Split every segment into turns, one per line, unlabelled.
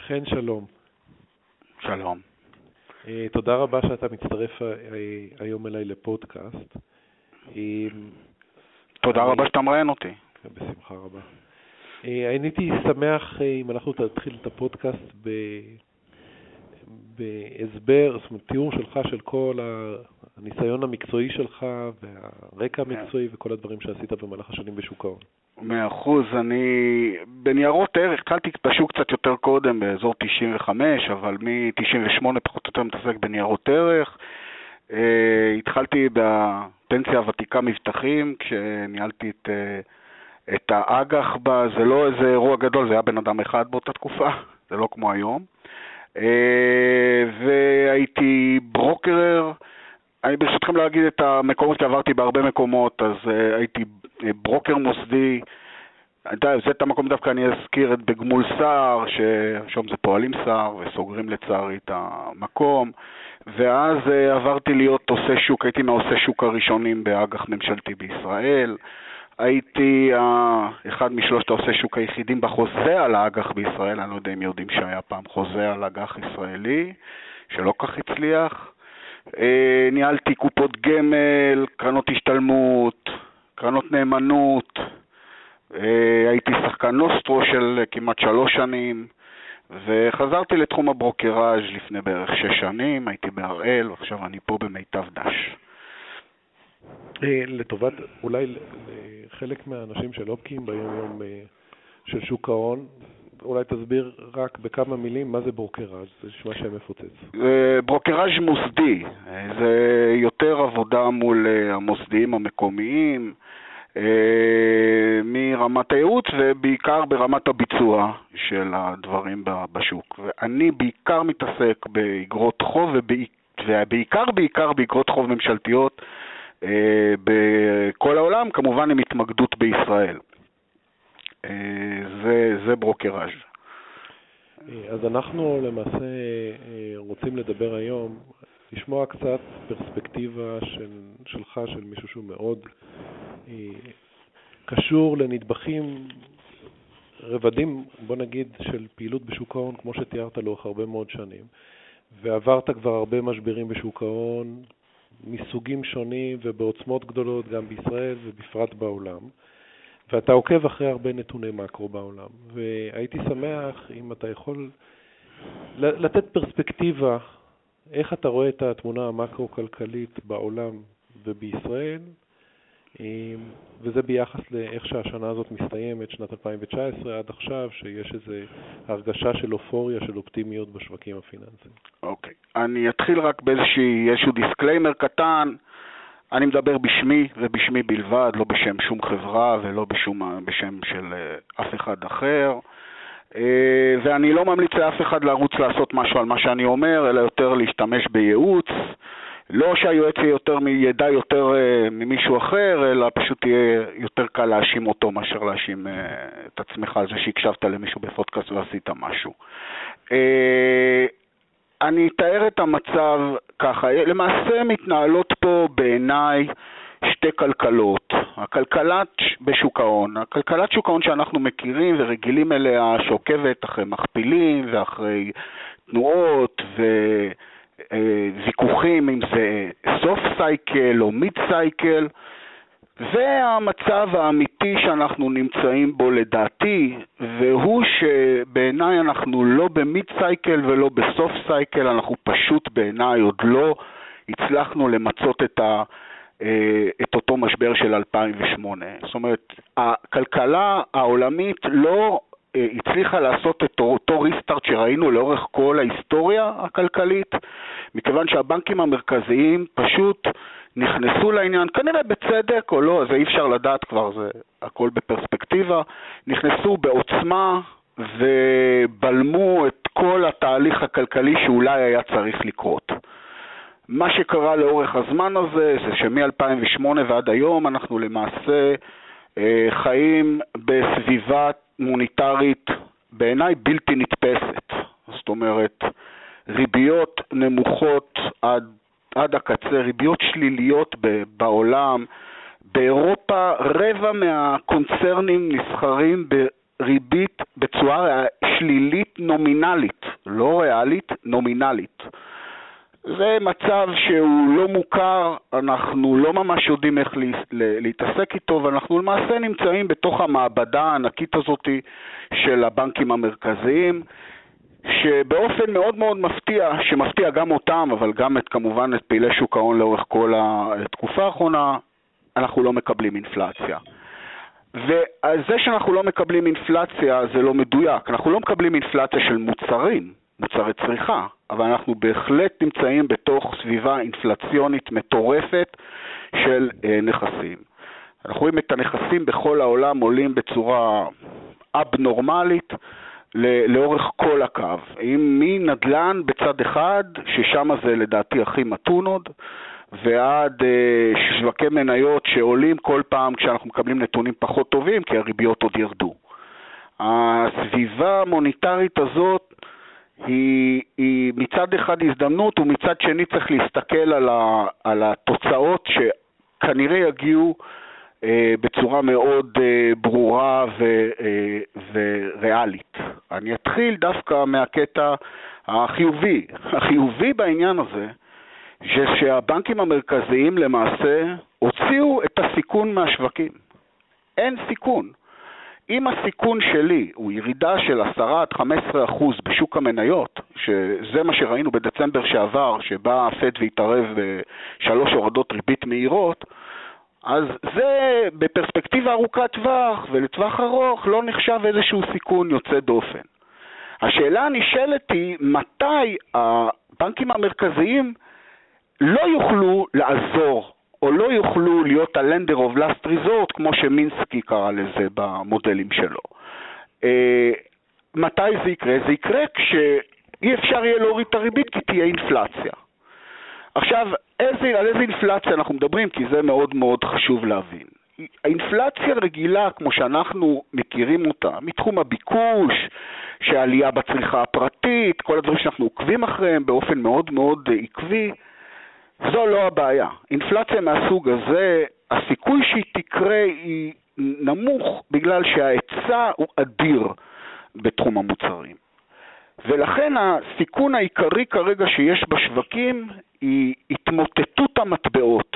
חן, שלום.
שלום.
תודה רבה שאתה מצטרף היום אליי לפודקאסט.
תודה רבה שאתה מראיין אותי.
בשמחה רבה. הייתי שמח אם אנחנו נתחיל את הפודקאסט בהסבר, זאת אומרת, תיאור שלך של כל הניסיון המקצועי שלך והרקע המקצועי וכל הדברים שעשית במהלך השנים בשוק ההון.
100%, אני בניירות ערך, התחלתי בשוק קצת יותר קודם, באזור 95, אבל מ-98 פחות או יותר מתעסק בניירות ערך. התחלתי בפנסיה הוותיקה מבטחים, כשניהלתי את האג"ח בה, זה לא איזה אירוע גדול, זה היה בן אדם אחד באותה תקופה, זה לא כמו היום. והייתי ברוקרר, אני ברשותכם להגיד את המקומות, כי עברתי בהרבה מקומות, אז הייתי ברוקר מוסדי, זה את המקום דווקא אני אזכיר את בגמול שר, ששום זה פועלים שר, וסוגרים לצערי את המקום, ואז עברתי להיות עושה שוק, הייתי מהעושה שוק הראשונים באג"ח ממשלתי בישראל, הייתי אחד משלושת העושה שוק היחידים בחוזה על האג"ח בישראל, אני לא יודע אם יודעים שהיה פעם חוזה על אג"ח ישראלי, שלא כך הצליח. ניהלתי קופות גמל, קרנות השתלמות, קרנות נאמנות, הייתי שחקן נוסטרו של כמעט 3 שנים, וחזרתי לתחום הברוקראז' לפני בערך 6 שנים, הייתי בהראל, ועכשיו אני פה במיטב דש.
לטובת אולי חלק מהאנשים שלא בקיאים ביום יום של שוק ההון, אולי תסביר רק בכמה מילים מה זה ברוקראז', זה נשמע שם מפוצץ.
ברוקראז' מוסדי, זה יותר עבודה מול המוסדיים המקומיים, מרמת הייעוץ ובעיקר ברמת הביצוע של הדברים בשוק. ואני בעיקר מתעסק באגרות חוב ובעיקר באגרות חוב ממשלתיות בכל העולם, כמובן עם התמקדות בישראל. זה ברוקראז'.
אז אנחנו למעשה רוצים לדבר היום, לשמוע קצת פרספקטיבה שלך, של מישהו שהוא מאוד קשור לנדבכים, רבדים, בוא נגיד, של פעילות בשוק ההון, כמו שתיארת לאורך הרבה מאוד שנים, ועברת כבר הרבה משברים בשוק ההון, מסוגים שונים ובעוצמות גדולות, גם בישראל ובפרט בעולם. ואתה עוקב אחרי הרבה נתוני מקרו בעולם, והייתי שמח אם אתה יכול לתת פרספקטיבה, איך אתה רואה את התמונה המקרו-כלכלית בעולם ובישראל, וזה ביחס לאיך שהשנה הזאת מסתיימת, שנת 2019 עד עכשיו, שיש איזו הרגשה של אופוריה, של אופטימיות בשווקים הפיננסיים.
אוקיי, אני אתחיל רק באיזשהו דיסקליימר קטן, אני מדבר בשמי ובשמי בלבד, לא בשם שום חברה ולא בשם של אף אחד אחר, ואני לא ממליץ לאף אחד לרוץ לעשות משהו על מה שאני אומר, אלא יותר להשתמש בייעוץ, לא שהיועץ ידע יותר ממישהו אחר, אלא פשוט יהיה יותר קל להאשים אותו מאשר להאשים את עצמך על זה שהקשבת למישהו בפודקאסט ועשית משהו. אני אתאר את המצב ככה, למעשה מתנהלות פה בעיניי שתי כלכלות. הכלכלת בשוק ההון, הכלכלת שוק ההון שאנחנו מכירים ורגילים אליה, שעוקבת אחרי מכפילים ואחרי תנועות וויכוחים, אם זה סוף סייקל או מיד סייקל, והמצב האמיתי שאנחנו נמצאים בו לדעתי, והוא שבעיניי אנחנו לא במיד סייקל ולא בסוף סייקל, אנחנו פשוט בעיניי עוד לא הצלחנו למצות את אותו משבר של 2008. זאת אומרת, הכלכלה העולמית לא הצליחה לעשות את אותו ריסטארט שראינו לאורך כל ההיסטוריה הכלכלית, מכיוון שהבנקים המרכזיים פשוט נכנסו לעניין, כנראה בצדק או לא, זה אי אפשר לדעת כבר, זה הכל בפרספקטיבה, נכנסו בעוצמה ובלמו את כל התהליך הכלכלי שאולי היה צריך לקרות. מה שקרה לאורך הזמן הזה, זה שמ-2008 ועד היום אנחנו למעשה חיים בסביבה מוניטרית בעיניי בלתי נתפסת. זאת אומרת, ריביות נמוכות עד הקצה, ריביות שליליות בעולם. באירופה רבע מהקונצרנים נסחרים בריבית בצורה שלילית נומינלית. לא ריאלית, נומינלית. זה מצב שהוא לא מוכר, אנחנו לא ממש יודעים איך להתעסק איתו, ואנחנו למעשה נמצאים בתוך המעבדה הענקית הזאת של הבנקים המרכזיים, שבאופן מאוד מאוד מפתיע, שמפתיע גם אותם, אבל גם כמובן את פעילי שוק ההון לאורך כל התקופה האחרונה, אנחנו לא מקבלים אינפלציה. וזה שאנחנו לא מקבלים אינפלציה זה לא מדויק, אנחנו לא מקבלים אינפלציה של מוצרי צריכה, אבל אנחנו בהחלט נמצאים בתוך סביבה אינפלציונית מטורפת של נכסים. אנחנו רואים את הנכסים בכל העולם עולים בצורה אבנורמלית לאורך כל הקו. מנדלן בצד אחד, ששם זה לדעתי הכי מתון עוד, ועד שווקי מניות שעולים כל פעם כשאנחנו מקבלים נתונים פחות טובים, כי הריביות עוד ירדו. הסביבה המוניטרית הזאת היא מצד אחד הזדמנות, ומצד שני צריך להסתכל על התוצאות שכנראה יגיעו בצורה מאוד ברורה וריאלית. אני אתחיל דווקא מהקטע החיובי. החיובי בעניין הזה, שהבנקים המרכזיים למעשה הוציאו את הסיכון מהשווקים. אין סיכון. אם הסיכון שלי הוא ירידה של 10-15% בשוק המניות, שזה מה שראינו בדצמבר שעבר, שבא הפד והתערב ב3 הורדות ריבית מהירות, אז זה בפרספקטיבה ארוכת טווח ולטווח ארוך לא נחשב איזשהו סיכון יוצא דופן. השאלה הנשאלת היא מתי הבנקים המרכזיים לא יוכלו לעזור או לא יוכלו להיות ה-lender of last resort, כמו שמינסקי קרא לזה במודלים שלו. מתי זה יקרה? זה יקרה כשאי אפשר יהיה להוריד את הריבית כי תהיה אינפלציה. עכשיו, על איזה אינפלציה אנחנו מדברים? כי זה מאוד מאוד חשוב להבין. האינפלציה רגילה, כמו שאנחנו מכירים אותה, מתחום הביקוש, שהעלייה בצריכה הפרטית, כל הדברים שאנחנו עוקבים אחריהם באופן מאוד מאוד עקבי, זו לא הבעיה. אינפלציה מהסוג הזה, הסיכוי שהיא תקרה היא נמוך בגלל שההיצע הוא אדיר בתחום המוצרים. ולכן הסיכון העיקרי כרגע שיש בשווקים היא התמוטטות המטבעות.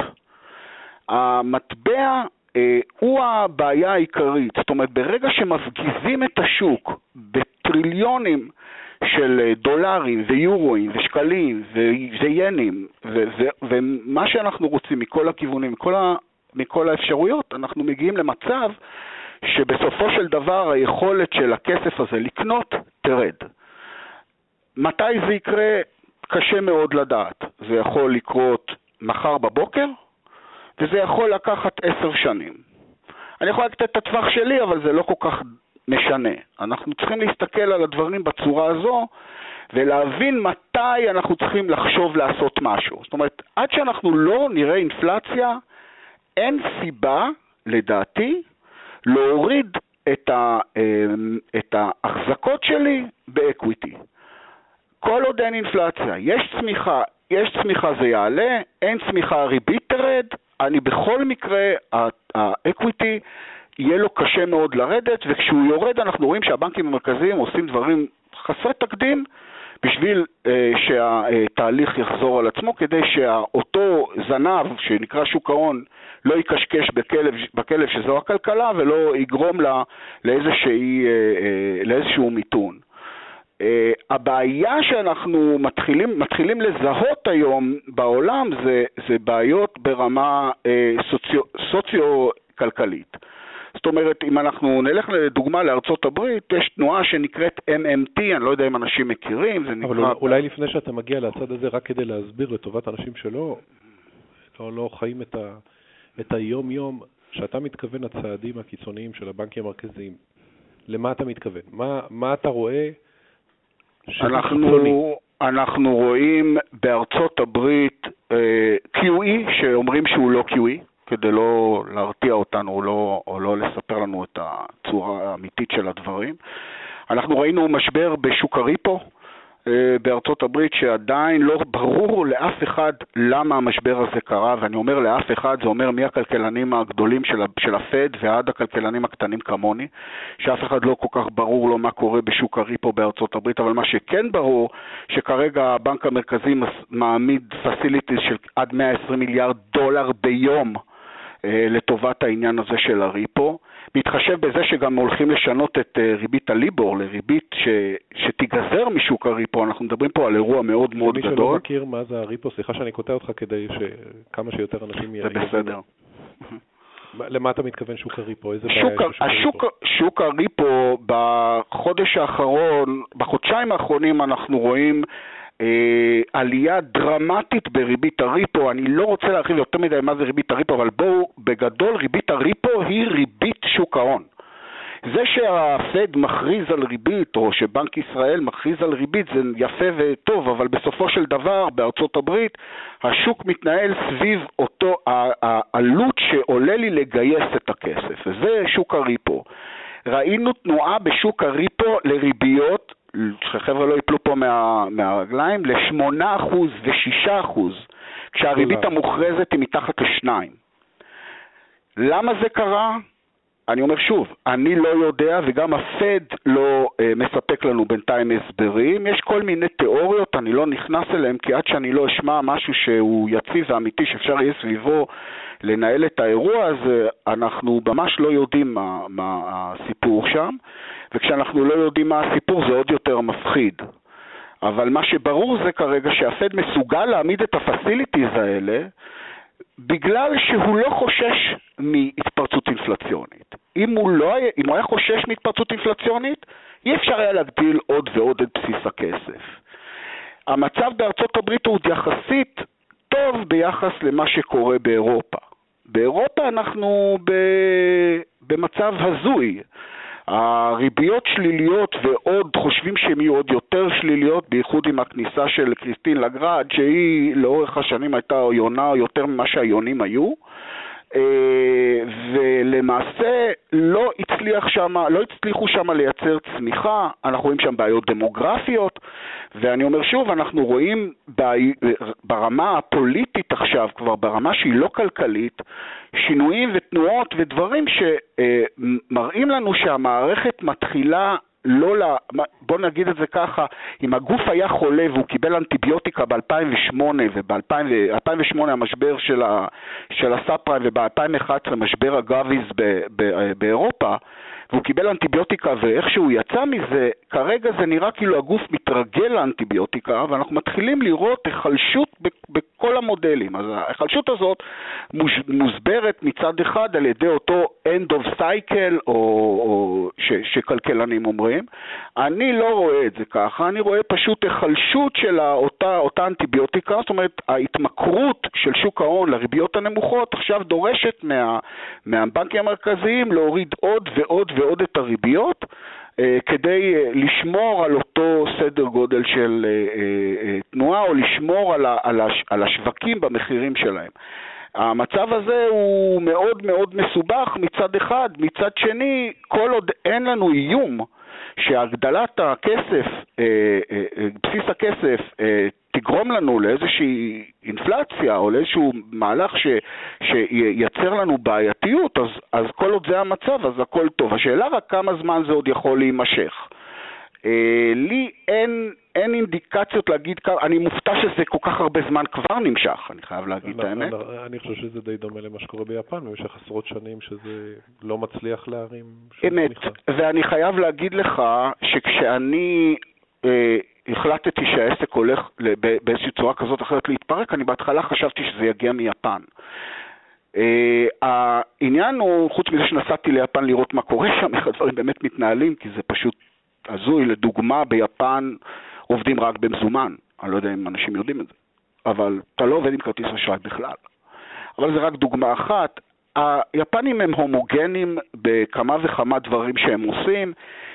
המטבע הוא הבעיה העיקרית. זאת אומרת, ברגע שמפגיזים את השוק בטריליונים של דולרים ויורואים ושקלים ויינים ומה שאנחנו רוצים מכל הכיוונים, מכל האפשרויות, אנחנו מגיעים למצב שבסופו של דבר היכולת של הכסף הזה לקנות תרד. מתי זה יקרה? קשה מאוד לדעת. זה יכול לקרות מחר בבוקר, וזה יכול לקחת 10 שנים. אני יכול לתת את הטווח שלי, אבל זה לא כל כך משנה. אנחנו צריכים להסתכל על הדברים בצורה הזו, ולהבין מתי אנחנו צריכים לחשוב לעשות משהו. זאת אומרת, עד שאנחנו לא נראה אינפלציה, אין סיבה, לדעתי, להוריד את ההחזקות שלי באקוויטי. כל עוד אין אינפלציה, יש צמיחה זה יעלה, אין צמיחה הריבית תרד, אני בכל מקרה, האקוויטי יהיה לו קשה מאוד לרדת, וכשהוא יורד אנחנו רואים שהבנקים המרכזיים עושים דברים חסרי תקדים, בשביל שהתהליך יחזור על עצמו, כדי שאותו זנב שנקרא שוק ההון לא יקשקש בכלב שזו הכלכלה, ולא יגרום לה לאיזשהו מיתון. הבעיה שאנחנו מתחילים לזהות היום בעולם זה בעיות ברמה סוציו-כלכלית. זאת אומרת, אם אנחנו נלך לדוגמה לארצות הברית, יש תנועה שנקראת MMT, אני לא יודע אם אנשים מכירים, זה נקרא...
אבל אולי לפני שאתה מגיע לצד הזה, רק כדי להסביר לטובת אנשים שלא חיים את היום-יום, שאתה מתכוון הצעדים הקיצוניים של הבנקים המרכזיים, למה אתה מתכוון? מה אתה רואה?
אנחנו רואים בארצות הברית QE שאומרים שהוא לא QE, כדי לא להרתיע אותנו או לא לספר לנו את הצורה האמיתית של הדברים. אנחנו ראינו משבר בשוק הריפו, בארצות הברית שעדיין לא ברור לאף אחד למה המשבר הזה קרה, ואני אומר לאף אחד, זה אומר מי הכלכלנים הגדולים של הפד ועד הכלכלנים הקטנים כמוני, שאף אחד לא כל כך ברור לו מה קורה בשוק הריפו בארצות הברית, אבל מה שכן ברור, שכרגע הבנק המרכזי מעמיד פסיליטיז של עד $120 מיליארד ביום לטובת העניין הזה של הריפו, בהתחשב בזה שגם הולכים לשנות את ריבית הליבור לריבית שתיגזר משוק הריפו. אנחנו מדברים פה על אירוע מאוד מאוד גדול.
למי שלא מכיר מה זה הריפו, סליחה שאני קוטע אותך כדי שכמה שיותר אנשים
יראו. זה בסדר.
למה אתה מתכוון שוק הריפו? איזה בעיה יש בשוק הריפו?
שוק הריפו בחודש האחרון, בחודשיים האחרונים אנחנו רואים עלייה דרמטית בריבית הריפו. אני לא רוצה להרחיב יותר מדי מה זה ריבית הריפו, אבל בואו, בגדול ריבית הריפו היא ריבית שוק ההון. זה שהפד מכריז על ריבית, או שבנק ישראל מכריז על ריבית, זה יפה וטוב, אבל בסופו של דבר בארצות הברית השוק מתנהל סביב אותו העלות שעולה לי לגייס את הכסף, וזה שוק הריפו. ראינו תנועה בשוק הריפו לריביות, שחבר'ה לא יפלו פה מהרגליים, ל8% ו6%, כשהריבית המוכרזת היא מתחת ל2. למה זה קרה? אני אומר שוב, אני לא יודע, וגם הפד לא מספק לנו בינתיים הסברים. יש כל מיני תיאוריות, אני לא נכנס אליהם, כי עד שאני לא אשמע משהו שהוא יציב ואמיתי, שאפשר יהיה סביבו לנהל את האירוע הזה, אנחנו ממש לא יודעים מה הסיפור שם, וכשאנחנו לא יודעים מה הסיפור זה עוד יותר מפחיד. אבל מה שברור זה כרגע שהפד מסוגל להעמיד את הפסיליטיז האלה, בגלל שהוא לא חושש מהתפרצות אינפלציונית. אם הוא היה חושש מהתפרצות אינפלציונית, אי אפשר היה להגדיל עוד ועוד את בסיס הכסף. המצב בארצות הברית הוא יחסית טוב ביחס למה שקורה באירופה. באירופה אנחנו במצב הזוי. הריביות שליליות ועוד חושבים שהן יהיו עוד יותר שליליות, בייחוד עם הכניסה של קריסטין לגראד, שהיא לאורך השנים הייתה יונה יותר ממה שהיונים היו, ולמעשה לא הצליחו שם לייצר צמיחה. אנחנו רואים שם בעיות דמוגרפיות, ואני אומר שוב, אנחנו רואים ברמה הפוליטית עכשיו, כבר ברמה שהיא לא כלכלית, שינויים ותנועות ודברים שמראים לנו שהמערכת מתחילה בוא נגיד את זה ככה, אם הגוף היה חולה והוא קיבל אנטיביוטיקה ב-2008 וב-2008 המשבר של הסאפריים וב-2011 משבר הגאביז באירופה, והוא קיבל אנטיביוטיקה ואיכשהו יצא מזה, כרגע זה נראה כאילו הגוף מתרגל לאנטיביוטיקה, ואנחנו מתחילים לראות החלשות בכל המודלים. אז החלשות הזאת מוסברת מצד אחד על ידי אותו end of cycle, או שכלכלנים אומרים. אני לא רואה את זה ככה, אני רואה פשוט החלשות של אותה אנטיביוטיקה, זאת אומרת ההתמכרות של שוק ההון לריביות הנמוכות עכשיו דורשת מהבנקים המרכזיים להוריד עוד ועוד ועוד את הריביות, כדי לשמור על אותו סדר גודל של תנועה, או לשמור על השווקים במחירים שלהם. המצב הזה הוא מאוד מאוד מסובך מצד אחד, מצד שני, כל עוד אין לנו איום שהגדלת הכסף, בסיס הכסף, תגרום לנו לאיזושהי אינפלציה או לאיזשהו מהלך שייצר לנו בעייתיות, אז כל עוד זה המצב, אז הכל טוב. השאלה רק כמה זמן זה עוד יכול להימשך. לי אין אינדיקציות להגיד, אני מופתע שזה כל כך הרבה זמן כבר נמשך, אני חייב להגיד את האמת.
אני חושב שזה די דומה למה שקורה ביפן, במשך עשרות שנים שזה לא מצליח להרים.
אמת, ואני חייב להגיד לך שכשאני החלטתי שהעסק הולך באיזושהי צורה כזאת אחרת להתפרק, אני בהתחלה חשבתי שזה יגיע מיפן. העניין הוא, חוץ מזה שנסעתי ליפן לראות מה קורה שם, איך הדברים באמת מתנהלים, כי זה פשוט הזוי. לדוגמה, ביפן עובדים רק במזומן. אני לא יודע אם אנשים יודעים את זה, אבל אתה לא עובד עם כרטיס אשראי בכלל. אבל זה רק דוגמה אחת. היפנים הם הומוגנים בכמה וכמה דברים שהם עושים,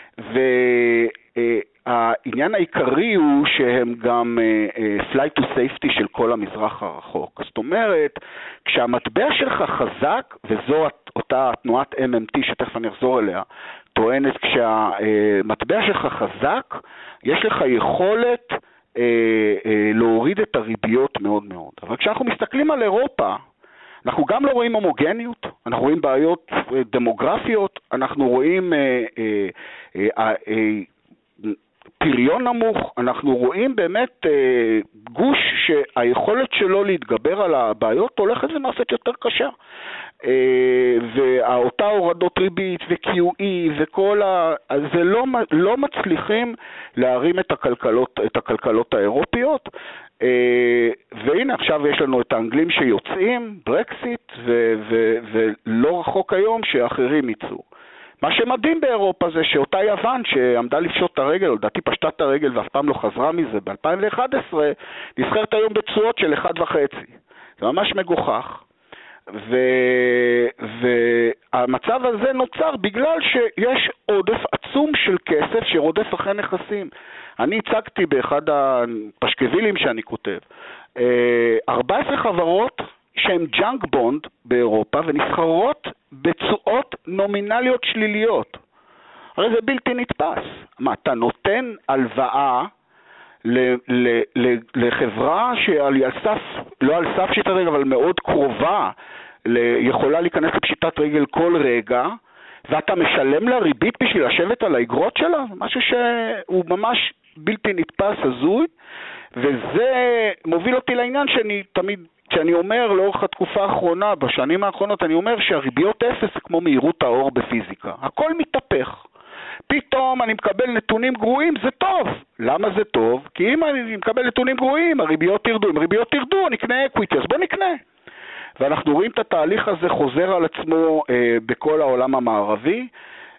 והעניין העיקרי הוא שהם גם flight to safety של כל המזרח הרחוק. זאת אומרת, כשהמטבע שלך חזק, וזו אותה תנועת MMT שתכף אני אחזור אליה, טוענת כשהמטבע שלך חזק, יש לך יכולת להוריד את הריביות מאוד מאוד. אבל כשאנחנו מסתכלים על אירופה, אנחנו גם לא רואים הומוגניות, אנחנו רואים בעיות דמוגרפיות, אנחנו רואים פריון נמוך, אנחנו רואים באמת גוש שהיכולת שלו להתגבר על הבעיות הולכת ונעשית יותר קשה. ואותה הורדות ריבית ו-QE וכל אז זה לא מצליחים להרים את הכלכלות האירופיות. והנה עכשיו יש לנו את האנגלים שיוצאים, ברקסיט, ולא רחוק היום שאחרים יצאו. מה שמדהים באירופה זה שאותה יוון שעמדה לפשוט את הרגל, לדעתי פשטה את הרגל ואף פעם לא חזרה מזה, ב-2011 נסחרת היום בתשואות של 1.5. זה ממש מגוחך. והמצב הזה נוצר בגלל שיש עודף עצום של כסף שרודף אחרי נכסים. אני הצגתי באחד הפשקווילים שאני כותב, 14 חברות שהן ג'אנק בונד באירופה ונסחרות בתשואות נומינליות שליליות. הרי זה בלתי נתפס. מה, אתה נותן הלוואה לחברה שעל סף, לא על סף פשיטת רגל, אבל מאוד קרובה, יכולה להיכנס לפשיטת רגל כל רגע, ואתה משלם לה ריבית בשביל לשבת על האגרות שלה? משהו שהוא ממש בלתי נתפס, הזוי, וזה מוביל אותי לעניין שאני תמיד, כשאני אומר לאורך התקופה האחרונה, בשנים האחרונות, אני אומר שהריביות אפס זה כמו מהירות האור בפיזיקה. הכל מתהפך. פתאום אני מקבל נתונים גרועים, זה טוב. למה זה טוב? כי אם אני מקבל נתונים גרועים, הריביות ירדו. אם הריביות ירדו, נקנה אקוויטי, אז בוא נקנה. ואנחנו רואים את התהליך הזה חוזר על עצמו בכל העולם המערבי,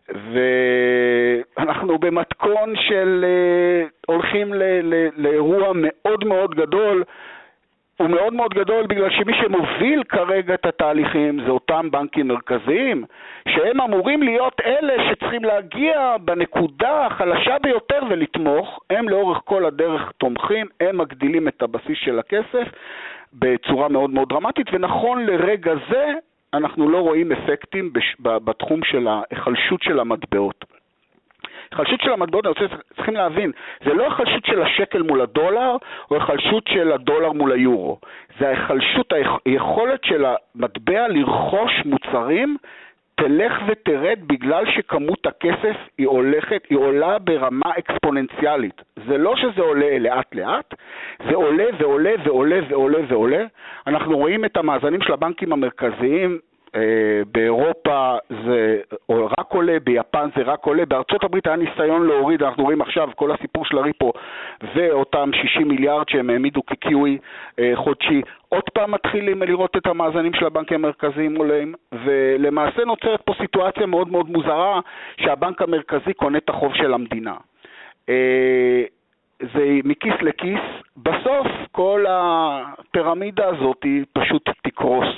ואנחנו במתכון של הולכים לאירוע מאוד מאוד גדול, הוא מאוד מאוד גדול בגלל שמי שמוביל כרגע את התהליכים זה אותם בנקים מרכזיים, שהם אמורים להיות אלה שצריכים להגיע בנקודה החלשה ביותר ולתמוך. הם לאורך כל הדרך תומכים, הם מגדילים את הבסיס של הכסף בצורה מאוד מאוד דרמטית, ונכון לרגע זה אנחנו לא רואים אפקטים בתחום של ההחלשות של המטבעות. החלשות של המטבעות, צריכים להבין, זה לא החלשות של השקל מול הדולר, או החלשות של הדולר מול היורו. זה החלשות, היכולת של המטבע לרכוש מוצרים, תלך ותרד בגלל שכמות הכסף היא עולה ברמה אקספוננציאלית. זה לא שזה עולה לאט לאט, זה עולה ועולה ועולה ועולה ועולה. אנחנו רואים את המאזנים של הבנקים המרכזיים, באירופה זה רק עולה, ביפן זה רק עולה, בארצות הברית היה ניסיון להוריד, אנחנו רואים עכשיו כל הסיפור של הריפו ואותם 60 מיליארד שהם העמידו כקיוי חודשי, עוד פעם מתחילים לראות את המאזנים של הבנקים המרכזיים עולים, ולמעשה נוצרת פה סיטואציה מאוד מאוד מוזרה שהבנק המרכזי קונה את החוב של המדינה. זה מכיס לכיס, בסוף כל הפירמידה הזאת היא פשוט תקרוס.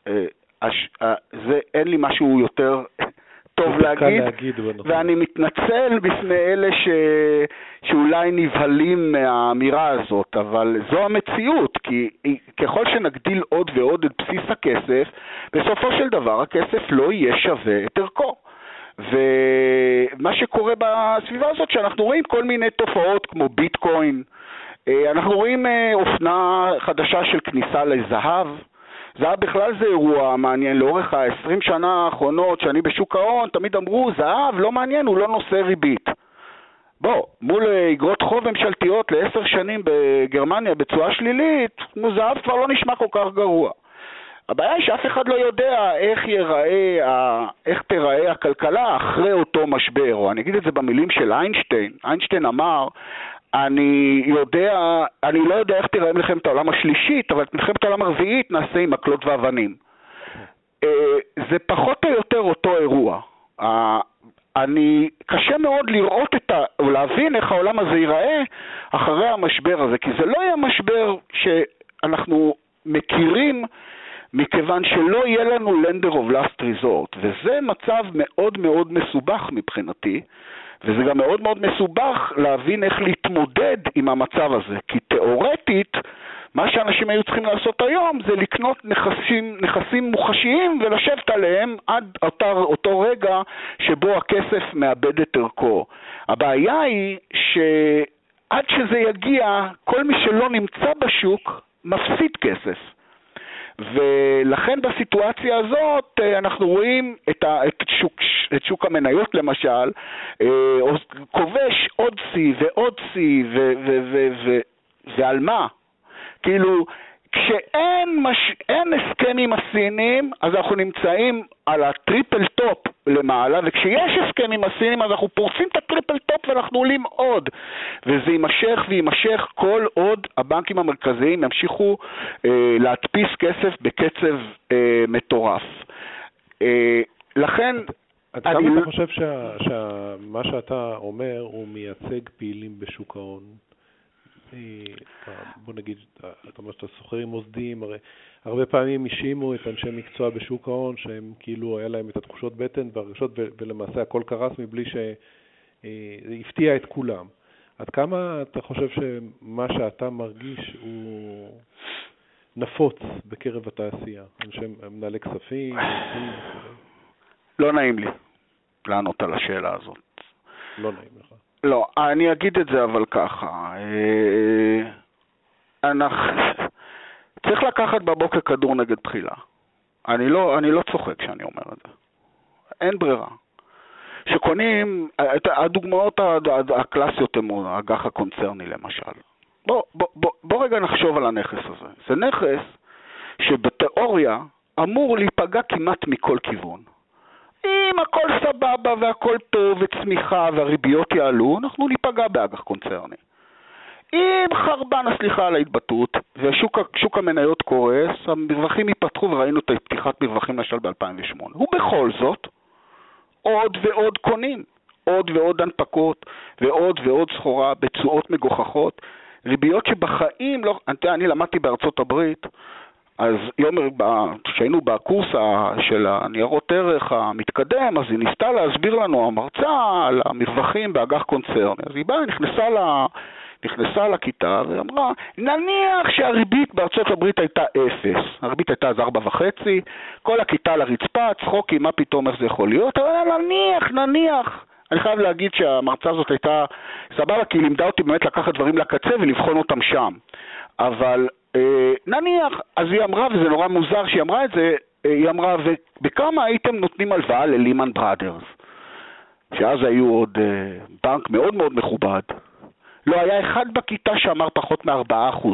זה אין לי משהו יותר טוב להגיד, ואני מתנצל בפני אלה שאולי נבהלים מהאמירה הזאת, אבל זו המציאות, כי ככל שנגדיל עוד ועוד את בסיס הכסף, בסופו של דבר הכסף לא יהיה שווה את ערכו. ומה שקורה בסביבה הזאת, שאנחנו רואים כל מיני תופעות כמו ביטקוין, אנחנו רואים אופנה חדשה של כניסה לזהב, זהב בכלל זה אירוע מעניין. לאורך ה-20 שנה האחרונות שאני בשוק ההון, תמיד אמרו, זהב לא מעניין, הוא לא נושא ריבית. בוא, מול אגרות חוב ממשלתיות ל10 שנים בגרמניה בצורה שלילית, זהב כבר לא נשמע כל כך גרוע. הבעיה היא שאף אחד לא יודע איך תיראה הכלכלה אחרי אותו משבר, או אני אגיד את זה במילים של איינשטיין. איינשטיין אמר, אני לא יודע איך תראה מלחמת העולם השלישית, אבל את מלחמת העולם הרביעית נעשה עם מקלות ואבנים. זה פחות או יותר אותו אירוע. קשה מאוד לראות או להבין איך העולם הזה ייראה אחרי המשבר הזה, כי זה לא יהיה משבר שאנחנו מכירים, מכיוון שלא יהיה לנו lender of last resort, וזה מצב מאוד מאוד מסובך מבחינתי, וזה גם מאוד מאוד מסובך להבין איך להתמודד עם המצב הזה, כי תיאורטית, מה שאנשים היו צריכים לעשות היום זה לקנות נכסים מוחשיים ולשבת עליהם עד אותו רגע שבו הכסף מאבד את ערכו. הבעיה היא עד שזה יגיע, כל מי שלא נמצא בשוק מפסיד כסף. ולכן בסיטואציה הזאת אנחנו רואים את שוק המניות למשל, כובש עוד סי ועוד סי, ועל מה? כאילו, כשאין הסכם עם הסינים, אז אנחנו נמצאים על הטריפל טופ למעלה, וכשיש הסכם עם הסינים, אז אנחנו פורסים את הטריפל טופ ואנחנו עולים עוד. וזה יימשך ויימשך כל עוד הבנקים המרכזיים ימשיכו להדפיס כסף בקצב מטורף. לכן...
עד כמה אתה חושב שמה שאתה אומר הוא מייצג פעילים בשוק ההון? בוא נגיד, אתה אומר שאתה סוחרים מוסדיים, הרי הרבה פעמים השימו את אנשי מקצוע בשוק ההון שהם כאילו היה להם את התחושות בטן והרגשות ולמעשה הכל קרס מבלי שהפתיע את כולם. עד כמה אתה חושב שמה שאתה מרגיש הוא נפוץ בקרב התעשייה? אנשי מנהלי כספים?
לא נעים לי לענות על השאלה הזאת.
לא נעים לך.
לא, אני אגיד את זה אבל ככה, צריך לקחת בבוקר כדור נגד בחילה. אני לא צוחק כשאני אומר את זה. אין ברירה. שקונים, הדוגמאות הקלאסיות הן האג"ח הקונצרני למשל. בוא רגע נחשוב על הנכס הזה. זה נכס שבתיאוריה אמור להיפגע כמעט מכל כיוון. אם הכל סבבה והכל טוב וצמיחה והריביות יעלו, אנחנו ניפגע באג"ח קונצרני. אם חרבן, סליחה על ההתבטאות, ושוק המניות קורס, המרווחים ייפתחו וראינו את פתיחת מרווחים למשל ב-2008. ובכל זאת, עוד ועוד קונים, עוד ועוד הנפקות, ועוד ועוד סחורה בצועות מגוחכות, ריביות שבחיים לא... אני למדתי בארצות הברית, אז כשהיינו בקורס של הניירות ערך המתקדם, אז היא ניסתה להסביר לנו המרצה על המרווחים באג"ח קונצרני. אז היא באה, נכנסה לכיתה ואמרה, נניח שהריבית בארצות הברית הייתה 0, הריבית הייתה אז 4.5, כל הכיתה לרצפה, צחוקים, מה פתאום איך זה יכול להיות? אבל נניח. אני חייב להגיד שהמרצה הזאת הייתה סבבה, כי היא לימדה אותי באמת לקחת דברים לקצה ולבחון אותם שם. אבל נניח, אז היא אמרה, וזה נורא מוזר שהיא אמרה את זה, היא אמרה, ובכמה הייתם נותנים הלוואה ללימן בראדרס? שאז היו עוד בנק מאוד מאוד מכובד. לא היה אחד בכיתה שאמר פחות מ4%.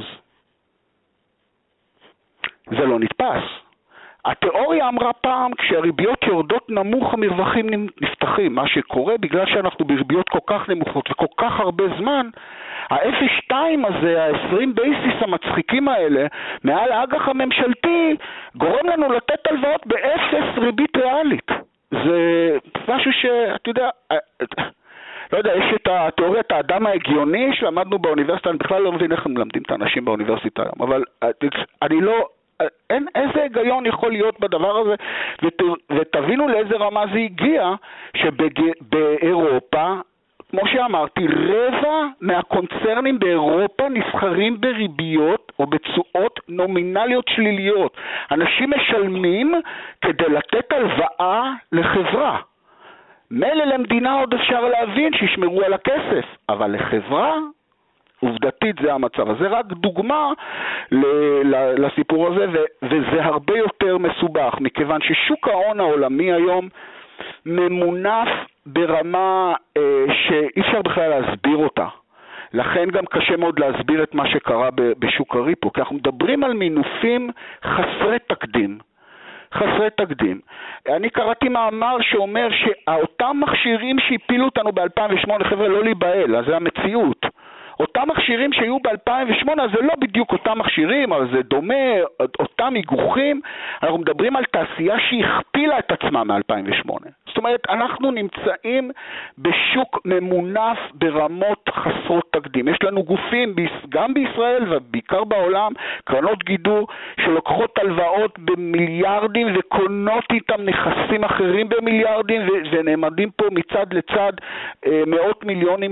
זה לא נתפס. התיאוריה אמרה פעם, כשהריביות יורדות נמוך המרווחים נפתחים. מה שקורה בגלל שאנחנו בריביות כל כך נמוכות וכל כך הרבה זמן, ה-0.2 הזה, ה-20 בייסיס המצחיקים האלה, מעל האג"ח הממשלתי, גורם לנו לתת הלוואות ב0 ריבית ריאלית. זה משהו שאתה יודע... לא יודע, יש את התיאוריית האדם ההגיוני שלמדנו באוניברסיטה, אני בכלל לא מבין איך הם מלמדים את האנשים באוניברסיטה היום, אבל אני לא, אין איזה היגיון יכול להיות בדבר הזה, ותבינו לאיזה רמה זה הגיע, שבאירופה, כמו שאמרתי, רבע מהקונצרנים באירופה נסחרים בריביות או בתשואות נומינליות שליליות. אנשים משלמים כדי לתת הלוואה לחברה. מילא למדינה עוד אפשר להבין שישמרו על הכסף, אבל לחברה, עובדתית זה המצב. אז זה רק דוגמה לסיפור הזה, וזה הרבה יותר מסובך, מכיוון ששוק ההון העולמי היום ממונף ברמה שאי אפשר בכלל להסביר אותה. לכן גם קשה מאוד להסביר את מה שקרה בשוק הריפו, כי אנחנו מדברים על מינופים חסרי תקדים. חסרי תקדים. אני קראתי מאמר שאומר שאותם מכשירים שהפילו אותנו ב-2008, חבר'ה, לא להיבהל, אז זה המציאות. אותם מכשירים שהיו ב-2008, זה לא בדיוק אותם מכשירים, אבל זה דומה, אותם היגוחים. אנחנו מדברים על תעשייה שהכפילה את עצמה מ-2008. זאת אומרת, אנחנו נמצאים בשוק ממונף ברמות חסרות תקדים. יש לנו גופים, גם בישראל ובעיקר בעולם, קרנות גידור שלוקחות הלוואות במיליארדים וקונות איתם נכסים אחרים במיליארדים, ונעמדים פה מצד לצד מאות מיליונים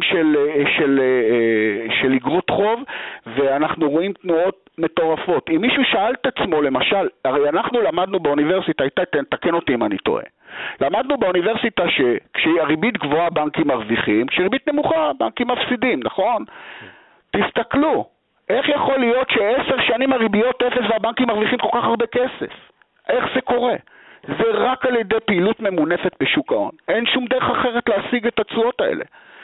של אגרות חוב, ואנחנו רואים תנועות מטורפות. אם מישהו שאל את עצמו, למשל, הרי אנחנו למדנו באוניברסיטה, תקן אותי אם אני טועה, למדנו באוניברסיטה שכשהריבית גבוהה בנקים מרוויחים, כשריבית נמוכה בנקים מפסידים, נכון? תסתכלו, איך יכול להיות ש10 שנים הריביות אפס והבנקים מרוויחים כל כך הרבה כסף? איך זה קורה? זה רק על ידי פעילות ממונפת בשוק ההון. אין שום דרך אחרת להשיג את התשואות האלה.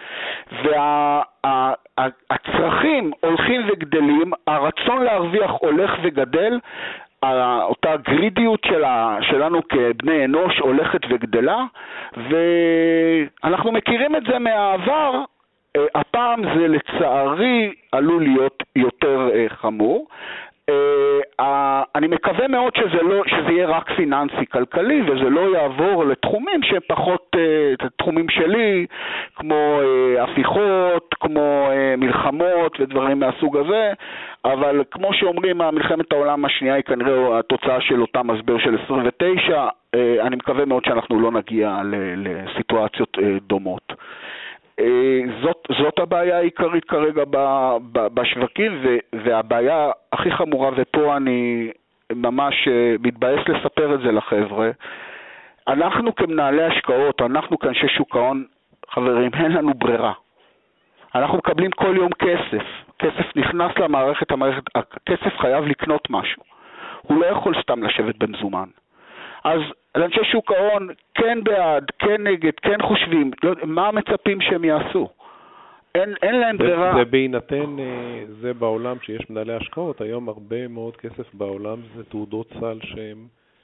והצרכים הולכים וגדלים, הרצון להרוויח הולך וגדל, אותה גרידיות שלנו כבני אנוש הולכת וגדלה, ואנחנו מכירים את זה מהעבר. הפעם זה לצערי עלול להיות יותר חמור. אני מקווה מאוד שזה יהיה רק פיננסי כלכלי, וזה לא יעבור לתחומים שפחות תחומים שלי, כמו הפיכות, כמו מלחמות ודברים מהסוג הזה. אבל כמו שאומרים, מלחמת העולם השנייה היא כנראה התוצאה של אותה משבר של 29. אני מקווה מאוד שאנחנו לא נגיע לסיטואציות דומות. זאת הבעיה העיקרית כרגע בשווקים, והבעיה הכי חמורה, ופה אני ממש מתבאס לספר את זה לחבר'ה, אנחנו כמנהלי השקעות, אנחנו כאנשי שוק ההון, חברים, אין לנו ברירה. אנחנו מקבלים כל יום כסף נכנס למערכת, הכסף חייב לקנות משהו. הוא לא יכול סתם לשבת במזומן. אז לאנשי שוק ההון כן בעד, כן נגד, כן חושבים, מה מצפים שהם יעשו? אין להם ברירה.
זה בהינתן, זה בעולם שיש מנהלי השקעות, היום הרבה מאוד כסף בעולם זה תעודות סל שהן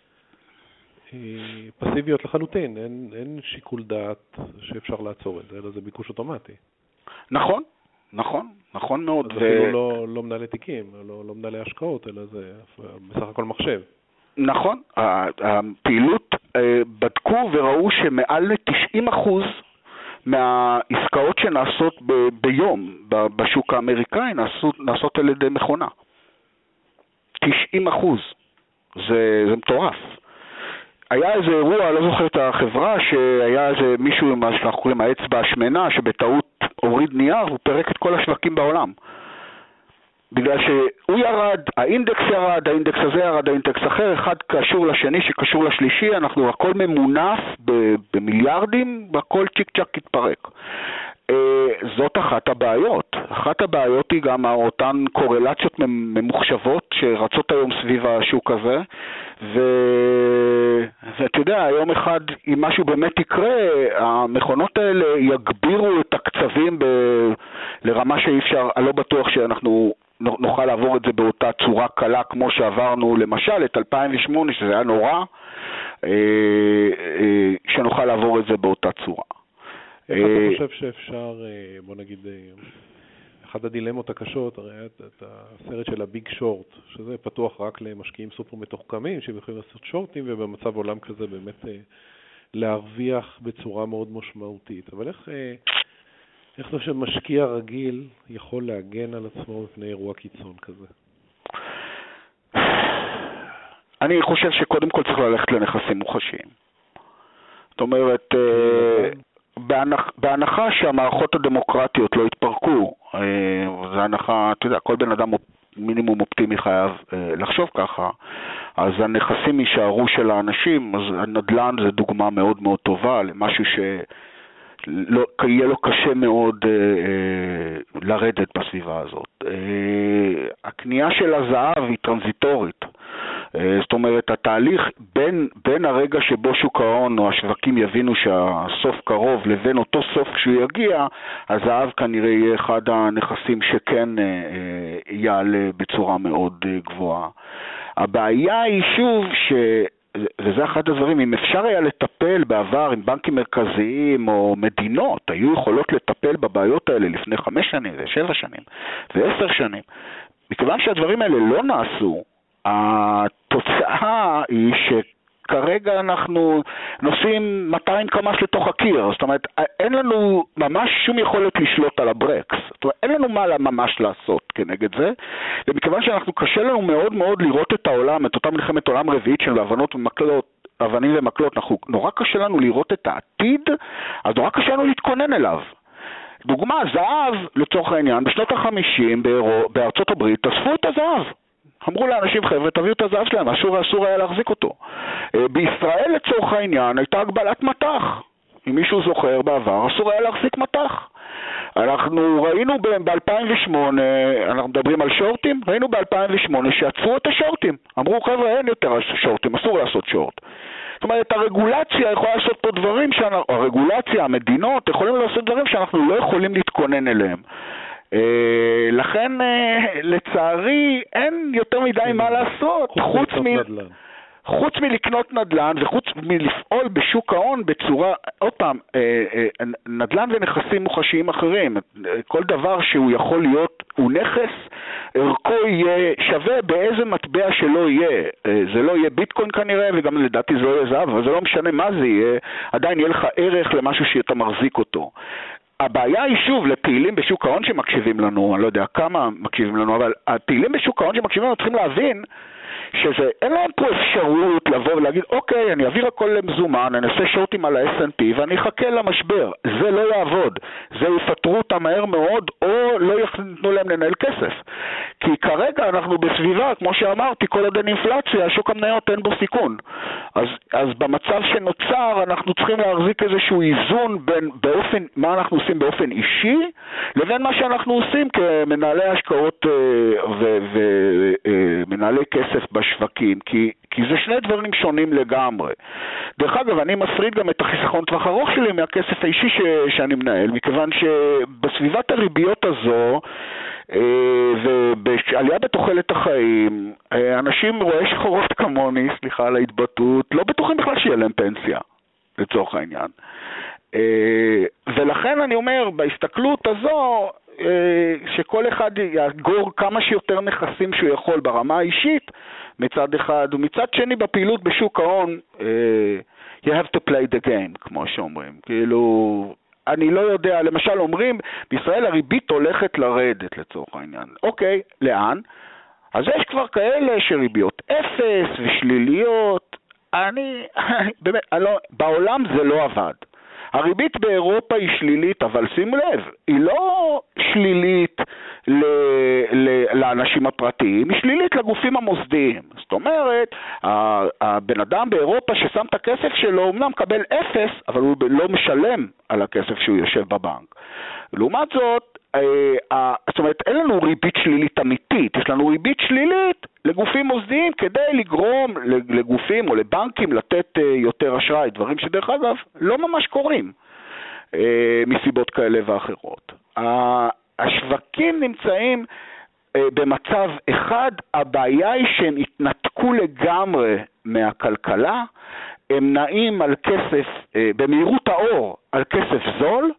פסיביות לחלוטין, אין שיקול דעת שאפשר לעצור את זה, אלא זה ביקוש אוטומטי.
נכון מאוד.
אז אפילו לא מנהלי תיקים, לא מנהלי השקעות, אלא זה בסך הכל מחשב.
נכון, הפעילות בדקו וראו שמעל 90% מהעסקאות שנעשות ביום בשוק האמריקאי נעשות על ידי מכונה. 90%. זה מטורף. היה איזה אירוע, לא זוכר את החברה, שהיה איזה מישהו עם מה שאנחנו קוראים האצבע השמנה, שבטעות הוריד נייר והוא פרק את כל השווקים בעולם. בגלל שהוא ירד, האינדקס ירד, האינדקס הזה ירד, האינדקס אחר, אחד קשור לשני שקשור לשלישי, אנחנו הכל ממונף במיליארדים, והכל צ'יק צ'ק התפרק. זאת אחת הבעיות. אחת הבעיות היא גם אותן קורלציות ממוחשבות שרצות היום סביב השוק הזה, ואתה יודע, יום אחד אם משהו באמת יקרה, המכונות האלה יגבירו את הקצבים לרמה שאי אפשר, אני לא בטוח שאנחנו נוכל לעבור את זה באותה צורה קלה כמו שעברנו למשל את 2008, שזה היה נורא, שנוכל לעבור את זה באותה צורה.
איך אתה חושב שאפשר, בוא נגיד, אחת הדילמות הקשות, הרי את הסרט של הביג שורט, שזה פתוח רק למשקיעים סופר מתוחכמים, שיכולים לעשות שורטים, ובמצב עולם כזה באמת להרוויח בצורה מאוד משמעותית. אבל איך זה שמשקיע רגיל יכול להגן על עצמו מפני אירוע קיצון כזה?
אני חושב שקודם כל צריך ללכת לנכסים מוחשיים. זאת אומרת, בהנחה שהמערכות הדמוקרטיות לא התפרקו, זה הנחה, אתה יודע, כל בן אדם מינימום אופטימי חייב לחשוב ככה, אז הנכסים יישארו של האנשים, אז הנדל"ן זה דוגמה מאוד מאוד טובה למשהו יהיה לו קשה מאוד לרדת בסביבה הזאת. הקנייה של הזהב היא טרנזיטורית. זאת אומרת, התהליך בין הרגע שבו שוק ההון או השווקים יבינו שהסוף קרוב לבין אותו סוף כשהוא יגיע, הזהב כנראה יהיה אחד הנכסים שכן יעלה בצורה מאוד גבוהה. הבעיה היא שוב וזה אחד הדברים, אם אפשר היה לטפל בעבר עם בנקים מרכזיים או מדינות, היו יכולות לטפל בבעיות האלה לפני 5 שנים ו7 שנים ו10 שנים. מכיוון שהדברים האלה לא נעשו, התוצאה היא שכרגע אנחנו נוסעים 200 קמ"ש לתוך הקיר, זאת אומרת, אין לנו ממש שום יכולת לשלוט על הברקס, זאת אומרת, אין לנו מה ממש לעשות כנגד זה, ומכיוון שאנחנו קשה לנו מאוד מאוד לראות את העולם, את אותה מלחמת עולם רביעית של אבנים ומקלות, נורא קשה לנו לראות את העתיד, אז נורא קשה לנו להתכונן אליו. דוגמה, זהב, לצורך העניין, בשנות ה-50 בארצות הברית, תאספו את הזהב. אמרו לאנשים, חבר'ה, תביאו את הזהב שלהם, אסור היה להחזיק אותו. בישראל, לצורך העניין, הייתה הגבלת מטח. אם מישהו זוכר בעבר, אסור היה להחזיק מטח. אנחנו ראינו ב-2008, אנחנו מדברים על שורטים, ראינו ב-2008 שעצרו את השורטים. אמרו, חבר'ה, אין יותר שורטים, אסור לעשות שורט. זאת אומרת, הרגולציה יכולה לעשות פה דברים, הרגולציה, המדינות, יכולים לעשות דברים שאנחנו לא יכולים להתכונן אליהם. לכן, לצערי, אין יותר מדי מה לעשות, חוץ מלקנות נדל"ן וחוץ מלפעול בשוק ההון בצורה, עוד פעם, נדל"ן ונכסים מוחשיים אחרים, כל דבר שהוא יכול להיות, הוא נכס, ערכו יהיה שווה באיזה מטבע שלא יהיה. זה לא יהיה ביטקוין כנראה, וגם לדעתי זה לא יהיה זהב, אבל זה לא משנה מה זה יהיה, עדיין יהיה לך ערך למשהו שאתה מחזיק אותו. הבעיה היא שוב לפעילים בשוק ההון שמקשיבים לנו, אני לא יודע כמה מקשיבים לנו, אבל הפעילים בשוק ההון שמקשיבים לנו צריכים להבין שאין להם פה אפשרות לבוא ולהגיד, אוקיי, אני אעביר הכל למזומן, אני אעשה שורטים על ה-S&P ואני אחכה למשבר. זה לא יעבוד. זה יפטרו אותם מהר מאוד, או לא יתנו להם לנהל כסף. כי כרגע אנחנו בסביבה, כמו שאמרתי, כל עוד אין אינפלציה, שוק המניות אין בו סיכון. אז במצב שנוצר, אנחנו צריכים להחזיק איזשהו איזון בין מה אנחנו עושים באופן אישי, לבין מה שאנחנו עושים כמנהלי השקעות ומנהלי כסף בשווקים, כי זה שני דברים שונים לגמרי. דרך אגב, אני מפריד גם את החיסכון טווח ארוך שלי מהכסף האישי שאני מנהל, מכיוון שבסביבת הריביות הזו, ובעלייה בתוחלת החיים, אנשים רואי שחורות כמוני, סליחה על ההתבטאות, לא בטוחים בכלל שיהיה להם פנסיה, לצורך העניין. ולכן אני אומר, בהסתכלות הזו, שכל אחד יאגור כמה שיותר נכסים שהוא יכול ברמה האישית מצד אחד, ומצד שני בפעילות בשוק ההון, you have to play the game, כמו שאומרים. כאילו, אני לא יודע, למשל אומרים, בישראל הריבית הולכת לרדת לצורך העניין. אוקיי, לאן? אז יש כבר כאלה שריביות אפס ושליליות. באמת, בעולם זה לא עבד. הריבית באירופה היא שלילית, אבל שים לב, היא לא שלילית לאנשים הפרטיים, היא שלילית לגופים המוסדיים. זאת אומרת, הבן אדם באירופה ששם את הכסף שלו, אמנם מקבל אפס, אבל הוא לא משלם על הכסף שהוא יושב בבנק. לעומת זאת, זאת אומרת, אין לנו ריבית שלילית אמיתית, יש לנו ריבית שלילית לגופים מוסדיים כדי לגרום לגופים או לבנקים לתת יותר אשראי, דברים שדרך אגב לא ממש קורים מסיבות כאלה ואחרות. השווקים נמצאים במצב אחד, הבעיה היא שהם התנתקו לגמרי מהכלכלה, הם נעים על כסף, במהירות האור, על כסף זול,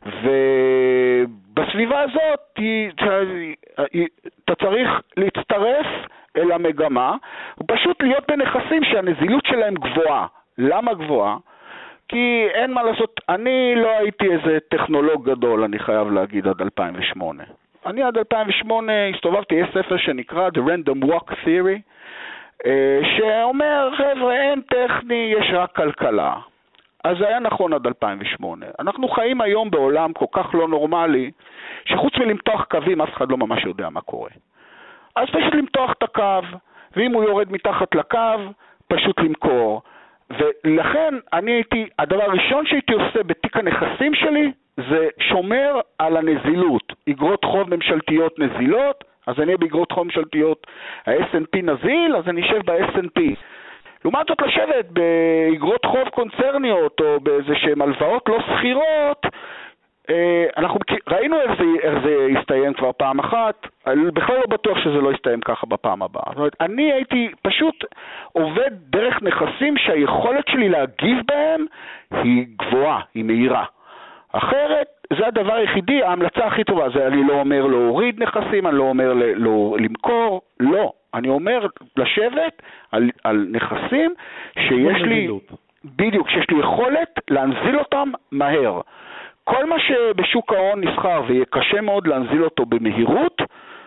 ובסביבה הזאת אתה צריך להצטרף אל המגמה, ופשוט להיות בנכסים שהנזילות שלהם גבוהה. למה גבוהה? כי אין מה לעשות, אני לא הייתי איזה טכנולוג גדול, אני חייב להגיד, עד 2008. אני עד 2008 הסתובבתי, יש ספר שנקרא The Random Walk Theory, שאומר, חבר'ה, אין טכני, יש רק כלכלה. אז זה היה נכון עד 2008. אנחנו חיים היום בעולם כל כך לא נורמלי, שחוץ מלמתוח קווים, אף אחד לא ממש יודע מה קורה. אז פשוט למתוח את הקו, ואם הוא יורד מתחת לקו, פשוט למכור. ולכן הדבר הראשון שהייתי עושה בתיק הנכסים שלי, זה שומר על הנזילות. אגרות חוב ממשלתיות נזילות, אז אני באגרות חוב ממשלתיות, ה-S&P נזיל, אז אני אשב ב-S&P. לעומת זאת לשבת באגרות חוב קונצרניות או באיזה שהן הלוואות לא סחירות, אנחנו ראינו איך זה יסתיים כבר פעם אחת, בכלל לא בטוח שזה לא יסתיים ככה בפעם הבאה. זאת אומרת, אני הייתי פשוט עובד דרך נכסים שהיכולת שלי להגיב בהם היא גבוהה, היא מהירה. אחרת, זה הדבר היחידי, ההמלצה הכי טובה, זה אני לא אומר להוריד נכסים, אני לא אומר למכור, לא. אני אומר לשבת על נכסים שיש לי, בדיוק, שיש לי יכולת להנזיל אותם מהר. כל מה שבשוק ההון נסחר ויהיה קשה מאוד להנזיל אותו במהירות,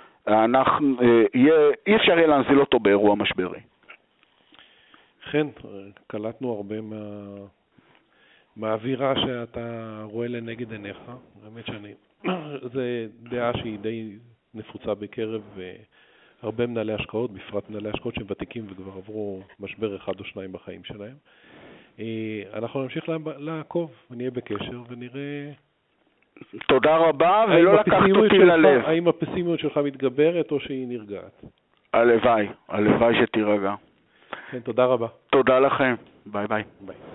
אי אפשר יהיה להנזיל אותו באירוע משברי.
כן, קלטנו הרבה מהאווירה שאתה רואה לנגד עיניך. באמת זה דעה שהיא די נפוצה בקרב הרבה מנהלי השקעות, בפרט מנהלי השקעות שהם ותיקים וכבר עברו משבר אחד או שניים בחיים שלהם. אנחנו נמשיך לעקוב ונהיה בקשר ונראה...
תודה רבה, ולא לקחת אותי ללב.
האם הפסימיות שלך מתגברת או שהיא נרגעת?
הלוואי שתירגע.
כן, תודה רבה.
תודה לכם. ביי ביי.
ביי.